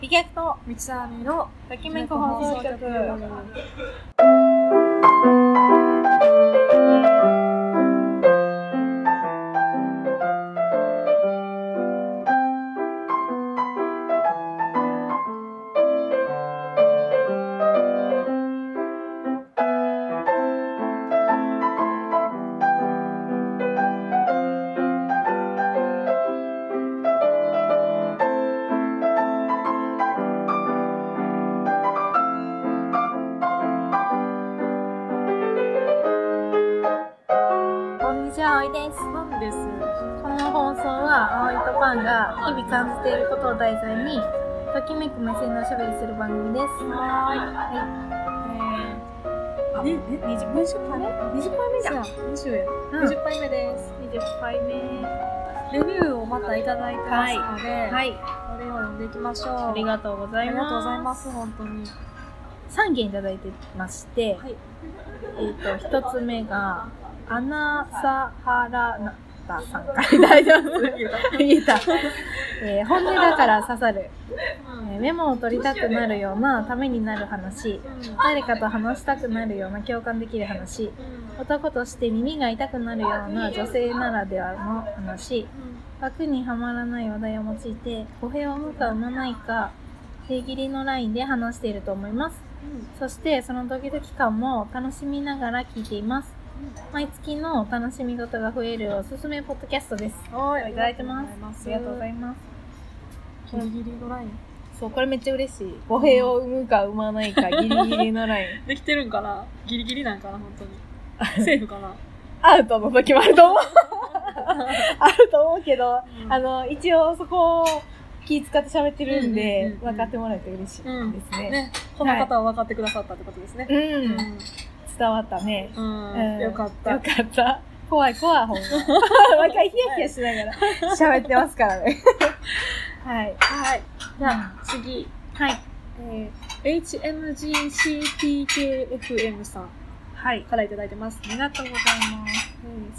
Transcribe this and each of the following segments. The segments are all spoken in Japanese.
美脚と三つ編みのときめく放送局。葵です。 パンです。 この放送は葵とパンが日々感じていることを題材にときめく目線でおしゃべりする番組です。 ははい。 い。20回目じゃん。20や。20回目です。 20回目。 レビューをまたいただいてますので、 はい。 これを読んでいきましょう。 ありがとうございます。 ありがとうございます。本当に。 3件いただいてまして、 はい。 1つ目がアナサハラナタさんからいただいてます。言えた。本音だから刺さる、メモを取りたくなるようなためになる話、誰かと話したくなるような共感できる話、男として耳が痛くなるような女性ならではの話、枠にはまらない話題を用いて語弊を生むか生まないか礼儀のラインで話していると思います。そしてそのドキドキ感も楽しみながら聞いています。毎月の楽しみ事が増えるおすすめポッドキャストです。いただいてます。ありがとうございます。 ギリギリのライン。 そう、これめっちゃ嬉しい。語弊を生むか生まないかギリギリのライン。 できてるんかな？ギリギリなんかな本当に。セーフかな？ アウトの時もあると思う。あると思うけど、一応そこを気使って喋ってるんで、分かってもらえて嬉しいですね。 ね、この方は分かってくださったってことですね。 伝わったね。 よかった。 よかった。怖いほんま。毎回ヒヤヒヤしながら喋ってますからね。はい。 はい。じゃあ、次。 はい。 HMGCTKFM さん。 はい。 からいただいてます。 ありがとうございます。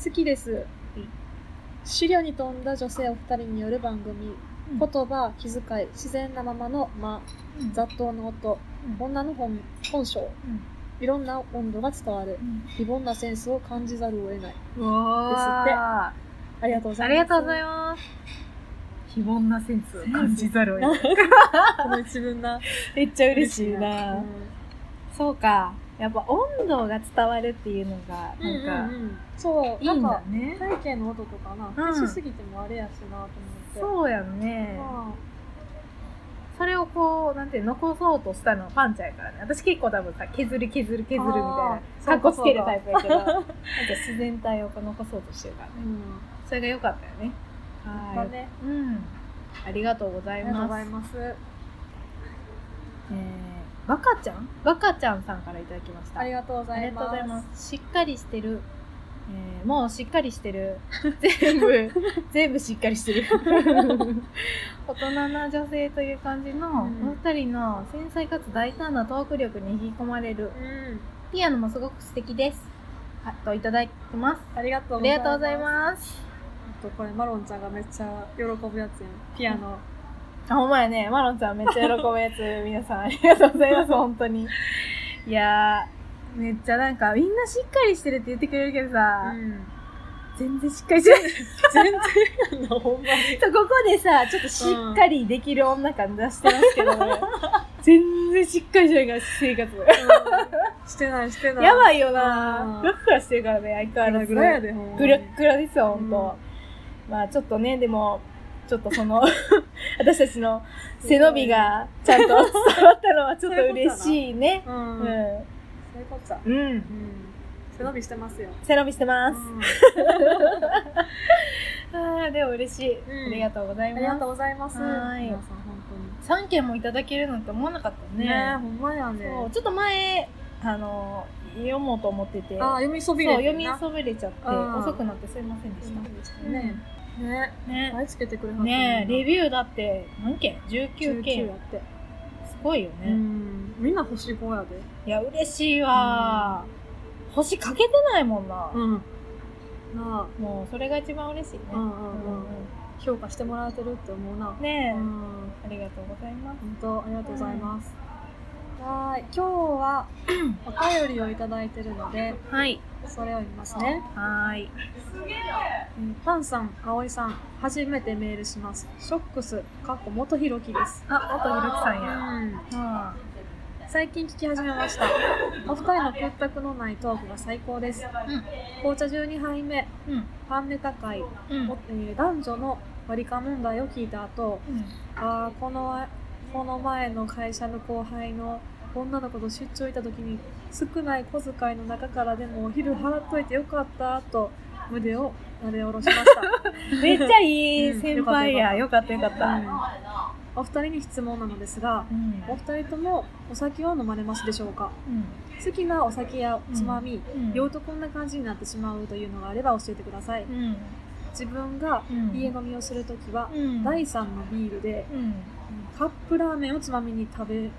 好きです。資料に富んだ女性お二人による番組。言葉、気遣い、自然なままの間、雑踏の音、女の本性。いろんな温度が伝わる、非凡なセンスを感じざるを得ない。ですって。ありがとうございます。 ありがとうございます。非凡なセンスを感じざるを得ない。 この一文な。 めっちゃ嬉しいな。そうか。やっぱ温度が伝わるっていうのが、なんか、 そう、 いいんだね。 背景の音とかな、消しすぎてもあれやしなと思って。 そうやんね。それをこう、なんて残そうとしたのはパンちゃんやからね。私結構多分さ、削るみたいな、カッコつけるタイプやけど、なんか自然体を残そうとしてるからね。それが良かったよね。 はい。 ありがとうございます。 ありがとうございます。 バカちゃんさんからいただきました。 ありがとうございます。 ありがとうございます。しっかりしてる。もうしっかりしてる。全部しっかりしてる。大人な女性という感じのお二人の繊細かつ大胆なトーク力に引き込まれる。ピアノもすごく素敵です。といただいてます。 ありがとうございます。これマロンちゃんがめっちゃ喜ぶやつやん。ピアノ。 ほんまやね。マロンちゃんめっちゃ喜ぶやつ。皆さんありがとうございます。本当に。いやー、めっちゃなんかみんなしっかりしてるって言ってくれるけどさ、全然しっかりしてない。 全然やんな、ほんまに。 ここでさ、ちょっとしっかりできる女感出してますけど、全然しっかりしてないから、生活。 してない。 やばいよな。ふらふらしてるからね、相変わらず。 グラグラやで、ほんまに。 グラグラですよ、ほんと。まあちょっとね、でも、ちょっとその、私たちの背伸びがちゃんと伝わったのはちょっと嬉しいね。 そういうことさ。背伸びしてますよ。 背伸びしてます。でも嬉しい。ありがとうございます。 ありがとうございます。皆さん本当に。3件もいただけるなんて思わなかったね。 ね、ほんまやね。 ちょっと前、読もうと思ってて。 読みそびれちゃって、 遅くなってすいませんでした。 ね。前つけてくれはったね。レビューだって、何件 ?19 件やって。 すごいよね。 みんな星5やで。 いや、嬉しいわ。星かけてないもんな。 なあ。 もう、それが一番嬉しいね。 評価してもらえてるって思うな。 ねえ、 うんありがとうございます。 本当ありがとうございます。はい、今日はお便りをいただいてるので、 はい、 それを読みますね。 はい。 パンさん、葵さん、初めてメールします。ショックス、元ひろきです。 元ひろきさんや。 最近聞き始めました。お二人の屈託のないトークが最高です。紅茶12杯目、パンネタ会、男女の割り勘問題を聞いた後、この前の会社の後輩の女の子と出張行った時に少ない小遣いの中からでもお昼払っといてよかったと胸をなで下ろしましためっちゃいい先輩や。よかったよかった。 お二人に質問なのですが、お二人ともお酒を飲まれますでしょうか？好きなお酒やつまみ、酔うとこんな感じになってしまうというのがあれば教えてください。自分が家飲みをするときは、第3のビールで、カップラーメンをつまみに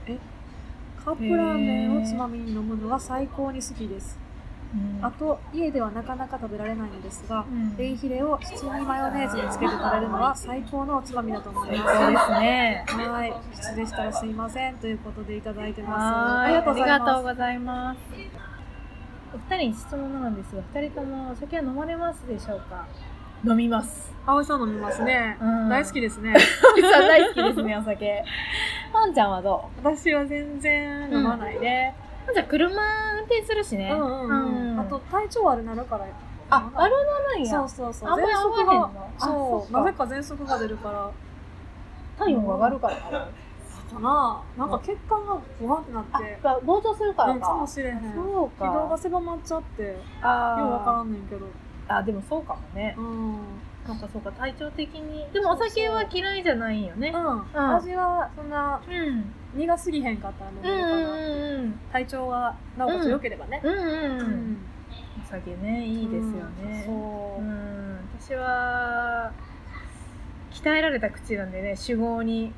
飲むのが最高に好きです。あと家ではなかなか食べられないのですが、レイヒレを七味マヨネーズにつけて食べるのは最高のおつまみだと思います。 そうですね。 はい、失礼したらすいませんということでいただいてます。 ありがとうございます。お二人に質問なんですが、二人ともお酒は飲まれますでしょうか？飲みます。 葵さん飲みますね。大好きですね。 葵さん大好きですね、お酒。パンちゃんはどう？ 私は全然飲まないで。 じゃあ車運転するしね。 あと体調悪なるから。 あるなんや。 そう。 あんまり合わへんの？ そう。なぜか喘息が出るから。 体温が上がるからかな。なんか血管がボワンってなって。 膨張するからか。 かもしれへん。 そうか。 気道が狭まっちゃって。ようわからんねんけど。 でもそうかもね。そうか、体調的に。でもお酒は嫌いじゃないんよね。 味はそんな苦すぎへんかったので、体調がなおかつ良ければね。お酒ね、いいですよね。私は鍛えられた口なんでね、酒豪に。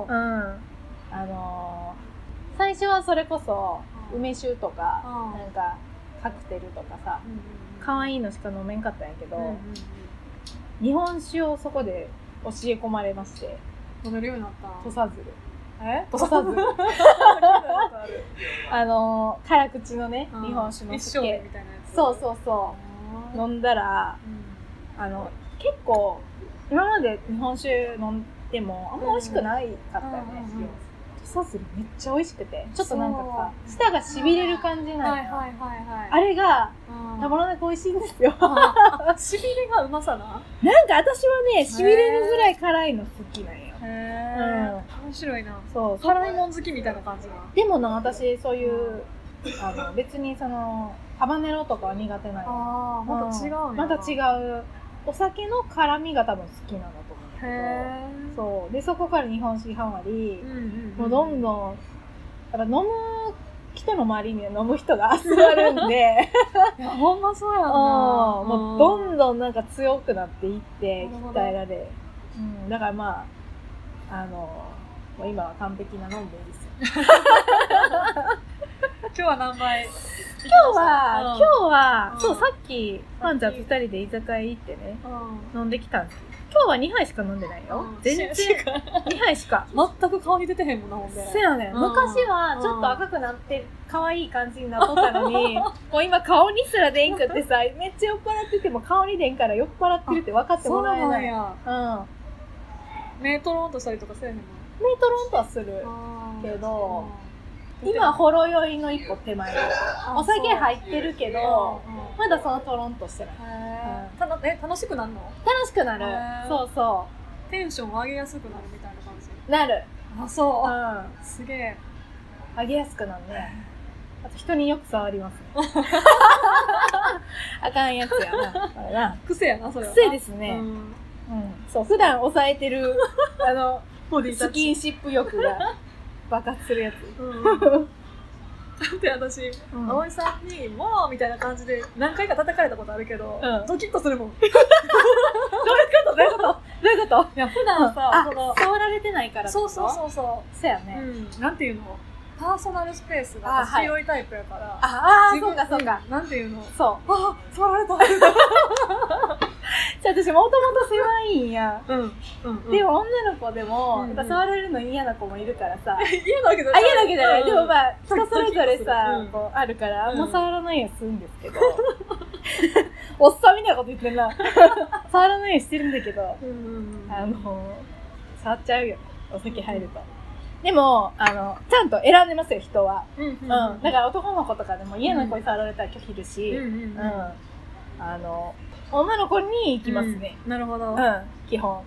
最初はそれこそ梅酒とかなんかカクテルとかさ、可愛いのしか飲めんかったんやけど、日本酒をそこで教え込まれまして。 飲めるようになった。 土佐鶴。土佐鶴。辛口のね、日本酒の一升みたいなやつ。 そう飲んだら、結構今まで日本酒飲んでもあんま美味しくないかったよね。土佐鶴めっちゃ美味しくて、ちょっとなんかさ、舌がしびれる感じなんよ。あれがたまらなく美味しいんですよ。 しびれがうまさな。 なんか私はね、しびれるぐらい辛いの好きなんよ。 面白いな。 そう、 辛いもん好きみたいな感じな。 でもな、私そういう別にハバネロとかは苦手ない。 また違うね。 また違う。お酒の辛みが多分好きなんだと思う。そうで、そこから日本酒ハマり、もうどんどんやっぱ飲む人の周りには飲む人が集まるんでほんまそうやんな。 もうどんどんなんか強くなっていって鍛えられ、だからまあもう今は完璧な飲んでいいですよ今日は何杯？ 今日はそう、さっきパンちゃんと2人で居酒屋行ってね、飲んできたんです。今日は2杯しか飲んでないよ。全然2杯しか。 全く顔に出てへんもんな、ほんで。 そうやね。昔はちょっと赤くなって可愛い感じになっとったのに、もう今顔にすら出んくってさ、めっちゃ酔っ払ってても顔に出んから酔っ払ってるって分かってもらえない。 目トロンとしたりとかせえへんの？ 目トロンとはするけど、今ほろ酔いの一歩手前。お酒入ってるけど、まだそのトロンとしてない。 楽しくなるの？ 楽しくなる。そうそう。 テンション上げやすくなるみたいな感じ？ なる。 そう。すげえ。 上げやすくなるね。あと人によく触りますね。あかんやつやな。 癖やな、それは。 癖ですね。そう、普段抑えてる、スキンシップ欲が爆発するやつ。 で、私、葵さんに、もうみたいな感じで何回か叩かれたことあるけど、ドキッとするもん。どういうこといや、普段さ、 触られてないから。 そう。 そうやね。 なんていうの？パーソナルスペースが強いタイプやから。 そうか。 なんていうの？ そう。 触られた。 私もともと狭いんや。 うん。 でも女の子でも、 うんうんやっぱ触れるの嫌な子もいるからさ。 嫌なわけじゃない。 嫌なわけじゃない。でもまあ、 うん人それぞれさうん、 こうあるから、あんまうん触らないようにするんですけど。おっさんみたいなこと言ってんな。触らないようにしてるんだけど、触っちゃうよ。お酒入ると。でも、ちゃんと選んでますよ、人は。だから男の子とかでも嫌な子に触られたら拒否るし、女の子に行きますね。 なるほど。 基本。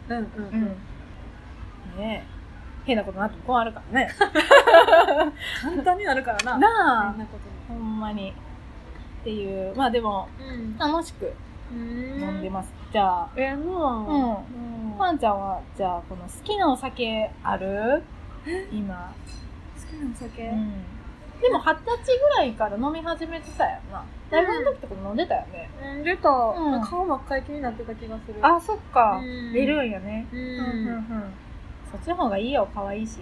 ねえ。変なことなっても困るからね。 簡単になるからな。 なあ。 変なことに。 ほんまに。っていう。まあでも、楽しく飲んでます。じゃあ。パンちゃんは、じゃあ、この好きなお酒ある？今。 好きなお酒？ でも20歳ぐらいから飲み始めてたよな。大学の時とかも飲んでたよね。 出た。顔真っ赤い気になってた気がする。 あ、そっか。出るんよね。そっちの方がいいよ、可愛いし。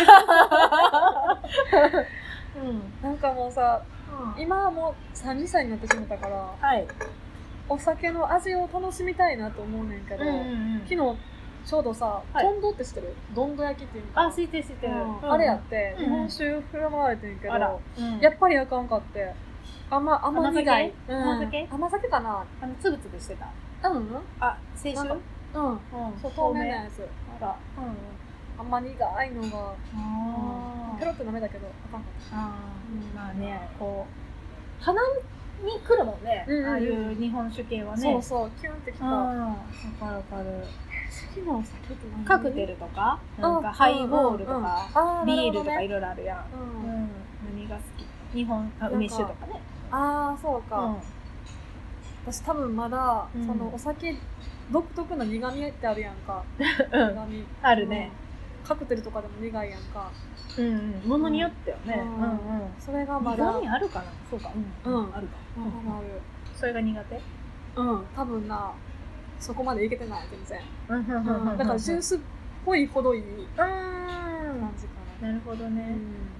なんかもうさ、今はもう30歳になってしまったから、お酒の味を楽しみたいなと思うねんけど、昨日ちょうどさ、トンドって知ってる？どんど焼きっていうのかな。 知ってる。 あれやって、日本酒振る舞われてんけど、やっぱりあかんかって。甘苦い。甘酒かな？ つぶつぶしてた。青春？ そう、透明なやつ。甘苦いのが、ペロって舐めたけど、あかんかった。 まあね、こう、鼻に来るもんね。ああいう日本酒系はね。 そうそう、キュンってきた。 わかる。 好きなお酒って何？ カクテルとか、なんかハイボールとか、ビールとかいろいろあるやん。何が好き？日本、梅酒とかね。 そうか。私多分まだ、そのお酒独特な苦味ってあるやんか。苦味。 あるね。 カクテルとかでも苦いやんか。 ものによってよね。 それがまだ。 苦味あるかな？そうか。あるか。 ある。 それが苦手？ 多分な、そこまでいけてない、全然。だからジュースっぽいほどいい感じかな。 なるほどね。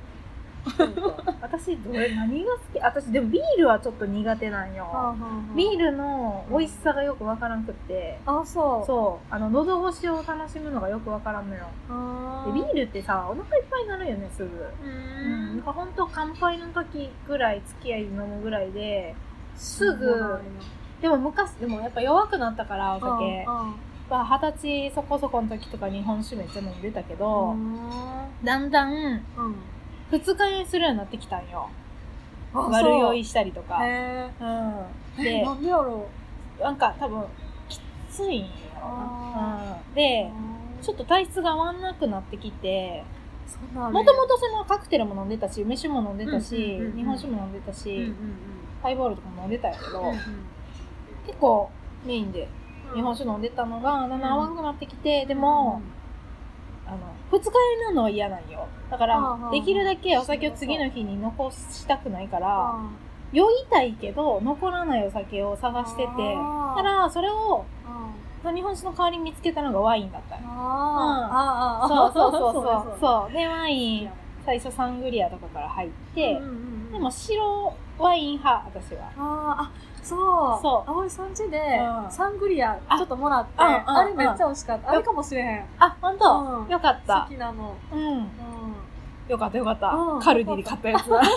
私何が好き？私でもビールはちょっと苦手なんよ。ビールの美味しさがよくわからんくって。喉越しを楽しむのがよくわからんのよ。でビールってさ、お腹いっぱいになるよね、すぐ。なんかほんと乾杯の時ぐらい付き合い飲むぐらいですぐ。でもやっぱ弱くなったからお酒。20歳そこそこの時とか日本酒めっちゃ飲んでたけど、だんだん二日酔いするようになってきたんよ。悪酔いしたりとか。で、 なんでやろう。なんか多分きついんやろな。で、ちょっと体質が合わなくなってきて、もともとそのカクテルも飲んでたし、梅酒も飲んでたし、日本酒も飲んでたし、ハイボールとかも飲んでたんやけど、結構メインで日本酒飲んでたのがだんだん合わなくなってきて、でも、二日酔いなのは嫌なんよ。だから、できるだけお酒を次の日に残したくないから、酔いたいけど、残らないお酒を探してて、たら、それを、日本酒の代わりに見つけたのがワインだったよ。そう。で、ワイン、最初サングリアとかから入って、でも白ワイン派、私は。葵さん家でサングリアちょっともらって、あれめっちゃ美味しかった。あれかもしれへん。ほんと？よかった。 好きなの。 よかった。カルディで買ったやつだ。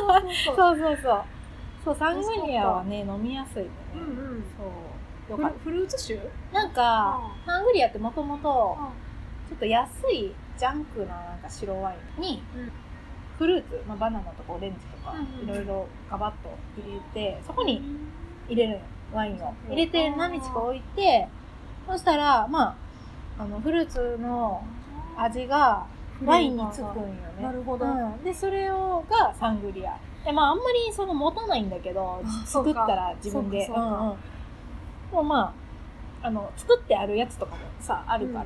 そう、サングリアはね、飲みやすいよね。そう。 フルーツ酒？ なんか、サングリアってもともと、ちょっと安いジャンクななんか白ワインに、フルーツ、バナナとかオレンジとか、いろいろガバッと入れて、そこに入れるワインを入れて何日か置いて、そしたらフルーツの味がワインにつくんよね。 なるほど。 でそれがサングリアで、あんまり持たないんだけど、作ったら自分で。でも作ってあるやつとかもさあるから、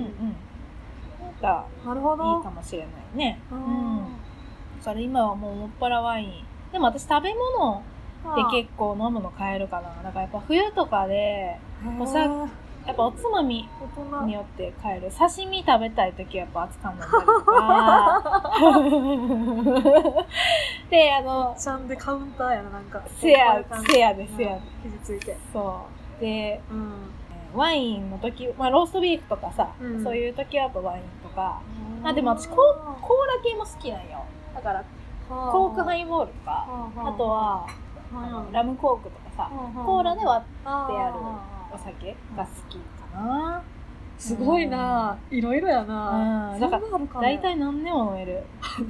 なるほど、いいかもしれないね。それ今はもうもっぱらワイン。でも私食べ物で結構飲むの変えるかな。だからやっぱ冬とかでやっぱおつまみによって変える。刺身食べたい時はやっぱ熱燗飲んだりとか。でちゃんでカウンターやな、なんか。 せやで。 傷ついて。 そう。 で、 うんワインの時、まあローストビーフとかさ、 うんそういう時はやっぱワインとか、あでも私コーラ系も好きなんよ。だからコークハイボールとか、あとはラムコークとかさ、コーラで割ってやるお酒が好きかな。 すごいな、いろいろやな。 だから大体何でも飲める。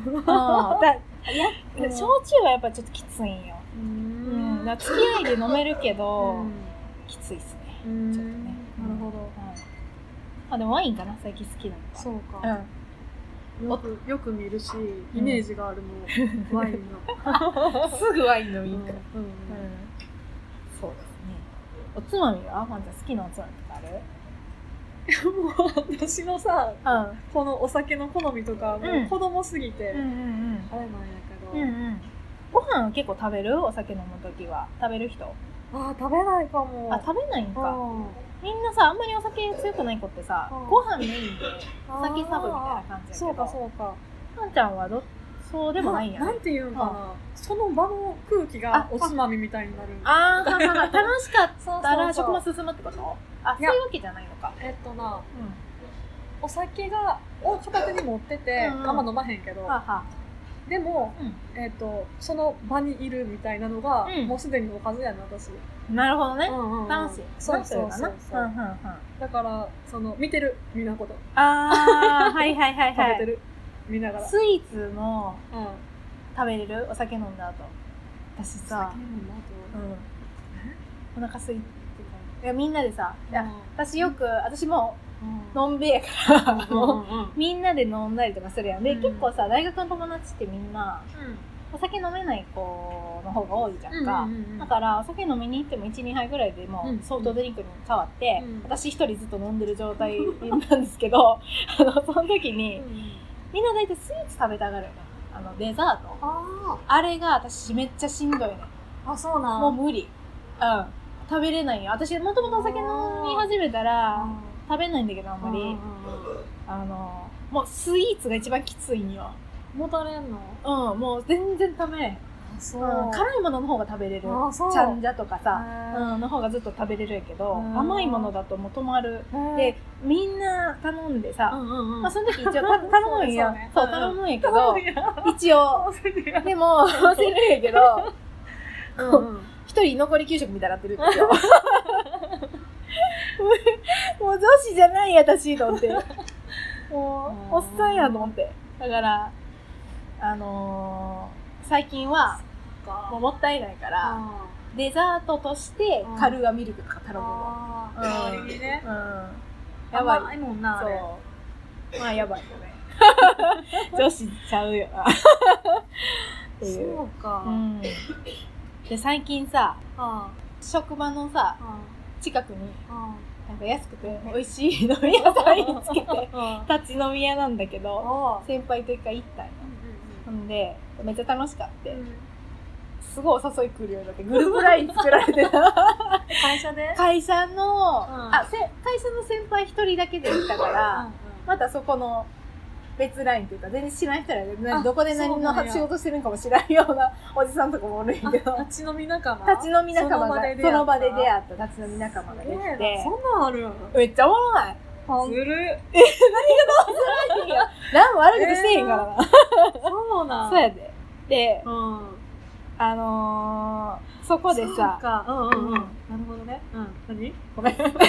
焼酎はやっぱちょっときついんよ。だから付き合いで飲めるけど、きついっすね。ちょっとね。 なるほど。 あでもワインかな、最近好きなの。 そうか。よく見るし、イメージがあるもん、ワインの。 すぐワイン飲みに行く。そうですね。おつまみはまず好きなおつまみとかある？ もう私のさ、このお酒の好みとかもう子供すぎて、あれなんやけど、 ご飯は結構食べる？お酒飲むときは食べる人？ 食べないかも。 食べないんか。みんなさ、あんまりお酒強くない子ってさ、ご飯メインで酒サブみたいな感じやけど、 そうかそうか。 はんちゃんはそうでもないんやね。 なんていうんかな、その場の空気がおつまみみたいになる。 楽しかったら食も進むってこと？そういうわけじゃないのか。お酒を片手に持ってて、あんま飲まへんけど、でも、その場にいるみたいなのが、もうすでにおかずやな、私。 なるほどね。楽しい。 そうそうそう。だから、見てる、みんなこと。 はいはいはいはい。 食べてる、見ながら。 スイーツも食べれる？お酒飲んだ後。私さ、お腹空いてた。いや、みんなでさ、私も、のんべえやからみんなで飲んだりとかするやん。で、結構さ、大学の友達ってみんな、お酒飲めない子の方が多いじゃんか。だから、お酒飲みに行っても1、2杯ぐらいでもうソフトドリンクに変わって、私一人ずっと飲んでる状態なんですけど、その時に、みんな大体スイーツ食べたがるよね。デザート。あれが私めっちゃしんどいね。 そうなん。 もう無理。食べれないよ。私もともとお酒飲み始めたら、食べないんだけど、あんまり。もうスイーツが一番きついんよ。 もたれんの？ もう全然食べれん。辛いものの方が食べれる。ちゃんじゃとかさ、の方がずっと食べれるやけど、甘いものだともう止まる。で、みんな頼んでさ、その時一応頼むんや。そう、頼むんやけど、一応。でも、忘れるんやけど、一人残り給食みたいになってるんですよ。もう女子じゃない私と思って。もう、おっさんやと思って。だから、最近は、もうもったいないから、デザートとしてカルーアミルクとか頼むわ。 代わりにね。 やばい。 甘いもんな、あれ。 まあ、やばいよね。女子ちゃうよな。 そうか。 で、最近さ、職場のさ、近くに、なんか安くて美味しい飲み屋さんにつけて、立ち飲み屋なんだけど、先輩と一回行ったんよ。ほんで、めっちゃ楽しかった。すごいお誘い来るようになって、グループライン作られてた。 会社で？ 会社の先輩一人だけで行ったから、またそこの別ラインっていうか、全然知らない人らどこで何の仕事してるんかも知らんようなおじさんとかもおるんやけど。 立ち飲み仲間が、 その場で出会った立ち飲み仲間ができて。 そんなんあるん？ めっちゃおもろない？ ずる。 何がどうするんや。何も悪いことしてへんからな。 そうなん。 そうやで。で、そこでさ、 なるほどね。何？ごめん。いや、 なんか、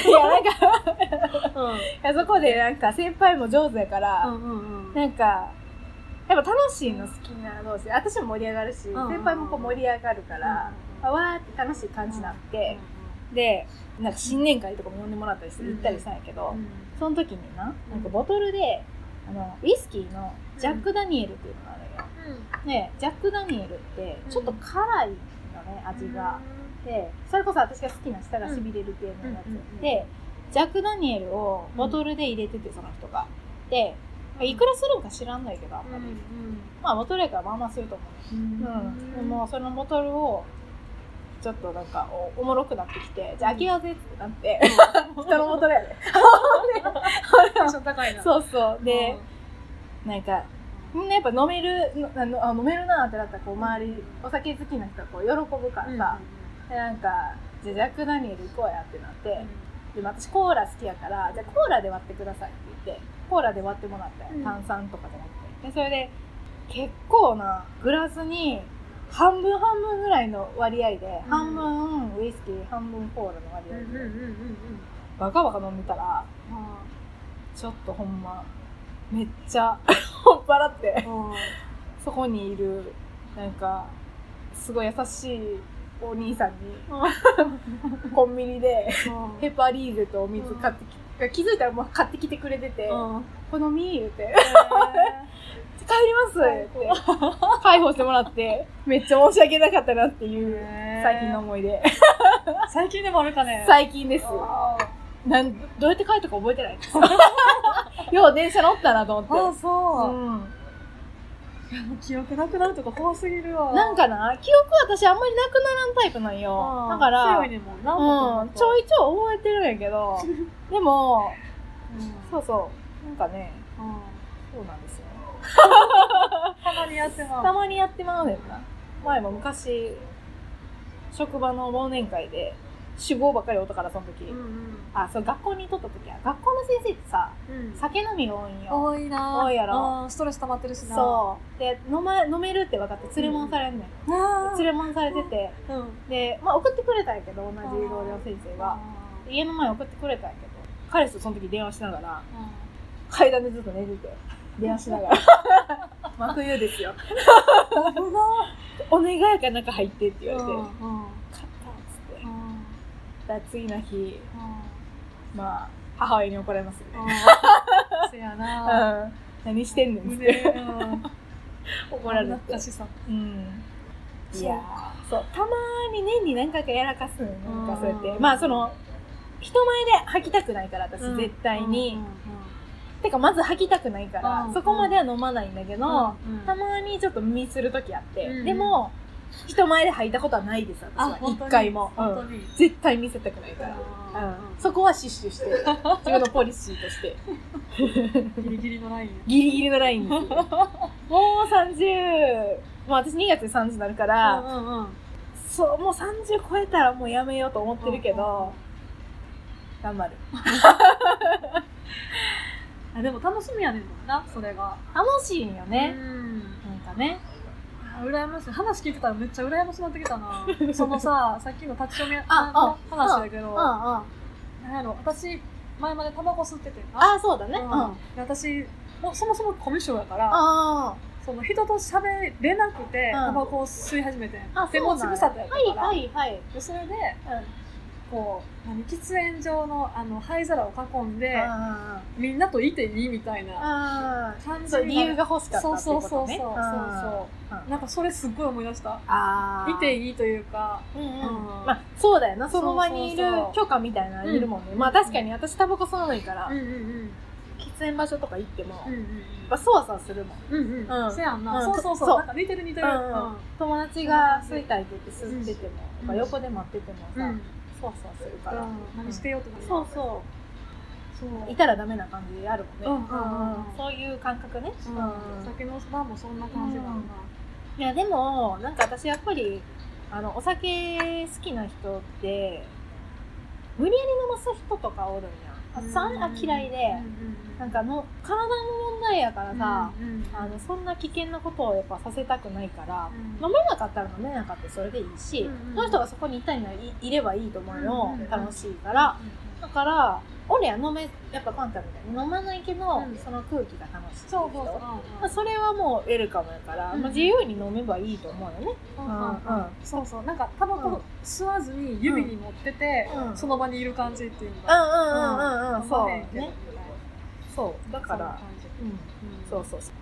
そこでなんか先輩も上手やから、なんか、やっぱ楽しいの好きな同士、私も盛り上がるし、先輩もこう盛り上がるから、わーって楽しい感じになって、で、なんか新年会とかも呼んでもらったりして行ったりしたんやけど、その時になんかボトルで、ウイスキーのジャック・ダニエルっていうのがあるよ。で、ジャック・ダニエルってちょっと辛いのね、味が。で、それこそ私が好きな舌がしびれる系のやつで、ジャック・ダニエルをボトルで入れてて、その人が。で、いくらするんか知らんないけど、あんまり。まあ、ボトルやからまあまあすると思う。でも、そのボトルを、ちょっとなんかおもろくなってきて、じゃあ開けようぜってなって、人のボトルやで。 テンション高いな。 そうそう。で、なんか、みんなやっぱ飲めるなってなったら、こう周り、お酒好きな人はこう喜ぶからさ、でなんか、 じゃあジャックダニエル行こうやってなって、で私コーラ好きやからじゃあコーラで割ってくださいって言ってコーラで割ってもらったよ、炭酸とかじゃなくて。でそれで結構なグラスに半分半分ぐらいの割合で、半分ウイスキー半分コーラの割合で、バカバカ飲んでたら、ちょっとほんまめっちゃ酔っ払ってそこにいるなんかすごい優しいお兄さんにコンビニでヘパリーゼとお水買って気づいたらもう買ってきてくれてて、好み言うて帰りますって解放してもらってめっちゃ申し訳なかったなっていう最近の思い出。 最近でもあるかね。 最近です。どうやって帰ったか覚えてないですよう電車乗ったなと思って。 あ、そう、いやもう記憶なくなるとか怖すぎるわ。 なんかな、記憶私あんまりなくならんタイプなんよ。だから強いねもんな、 ちょいちょい覚えてるんやけどでも、そうそうなんかね、そうなんですよねたまにやってまう。 たまにやってまうねんな。前も昔職場の忘年会で酒豪ばっかりおったからその時、そう学校にとった時は学校の先生ってさ、酒飲みが多いんよ。 多いな。 多いやろ。 ストレス溜まってるしな。 そうで飲めるって分かって連れ戻されんねん、連れ戻されてて、でまあ送ってくれたんやけど同じ同僚先生が家の前送ってくれたんやけど彼氏とその時電話しながら、階段でずっと寝てて電話しながら真冬ですよお願いやから中入ってって言われて、買ったっつって次の日、まあ母親に怒られますよね。 せやな、 何してんねんって怒られて。いやそうたまに年に何回かやらかすなんかそうやってまあその人前で吐きたくないから私絶対に。てかまず吐きたくないからそこまでは飲まないんだけど、たまにちょっとミスる時あって、でも人前で吐いたことはないです私は一回も、絶対見せたくないから、そこは死守して自分のポリシーとしてギリギリのラインギリギリのラインですもう30もう私2月で30になるから、そうもう30超えたらもうやめようと思ってるけど、頑張るでも楽しみやねんもんな、それが。 楽しいんよね。なんかね。 羨ましい。話聞いてたらめっちゃ羨ましくなってきたな。そのさっきの立ち読みの話だけど、なんやろ、私、前までタバコ吸っててな。そうだね。 私、そもそもコミュ障やから、その人と喋れなくて、タバコを吸い始めてん。手持ち無沙汰やったから。それで、こう喫煙所の灰皿を囲んでみんなといていいみたいな感じ、 理由が欲しかったってことね。 そうなんかそれすっごい思い出した。いていいというか、 まあそうだよな、その場にいる許可みたいなのいるもんね。まあ確かに私タバコ吸わないから喫煙場所とか行ってもそわそわするもん。 そうやんな。そうなんか似てる友達が吸いたいって言って吸ってても横で待っててもさそわそわするから、 何してよってなる。 そういたらダメな感じあるもんね。そういう感覚ね。 酒の場もそんな感じだな。 いやでもなんか私やっぱりお酒好きな人って無理やり飲ます人とかおるんや。嫌いで、なんか体の問題やからさ、そんな危険なことをやっぱさせたくないから、飲めなかったら飲めなかったらそれでいいし、その人がそこにいたいのはいればいいと思うよ、楽しいから。だから俺はやっぱパンタみたいに飲まないけど、その空気が楽しい人、それはもうウェルカムやから、自由に飲めばいいと思うよね。 なんかタバコ吸わずに指に持ってて、その場にいる感じっていうのがそうね。そうだからそう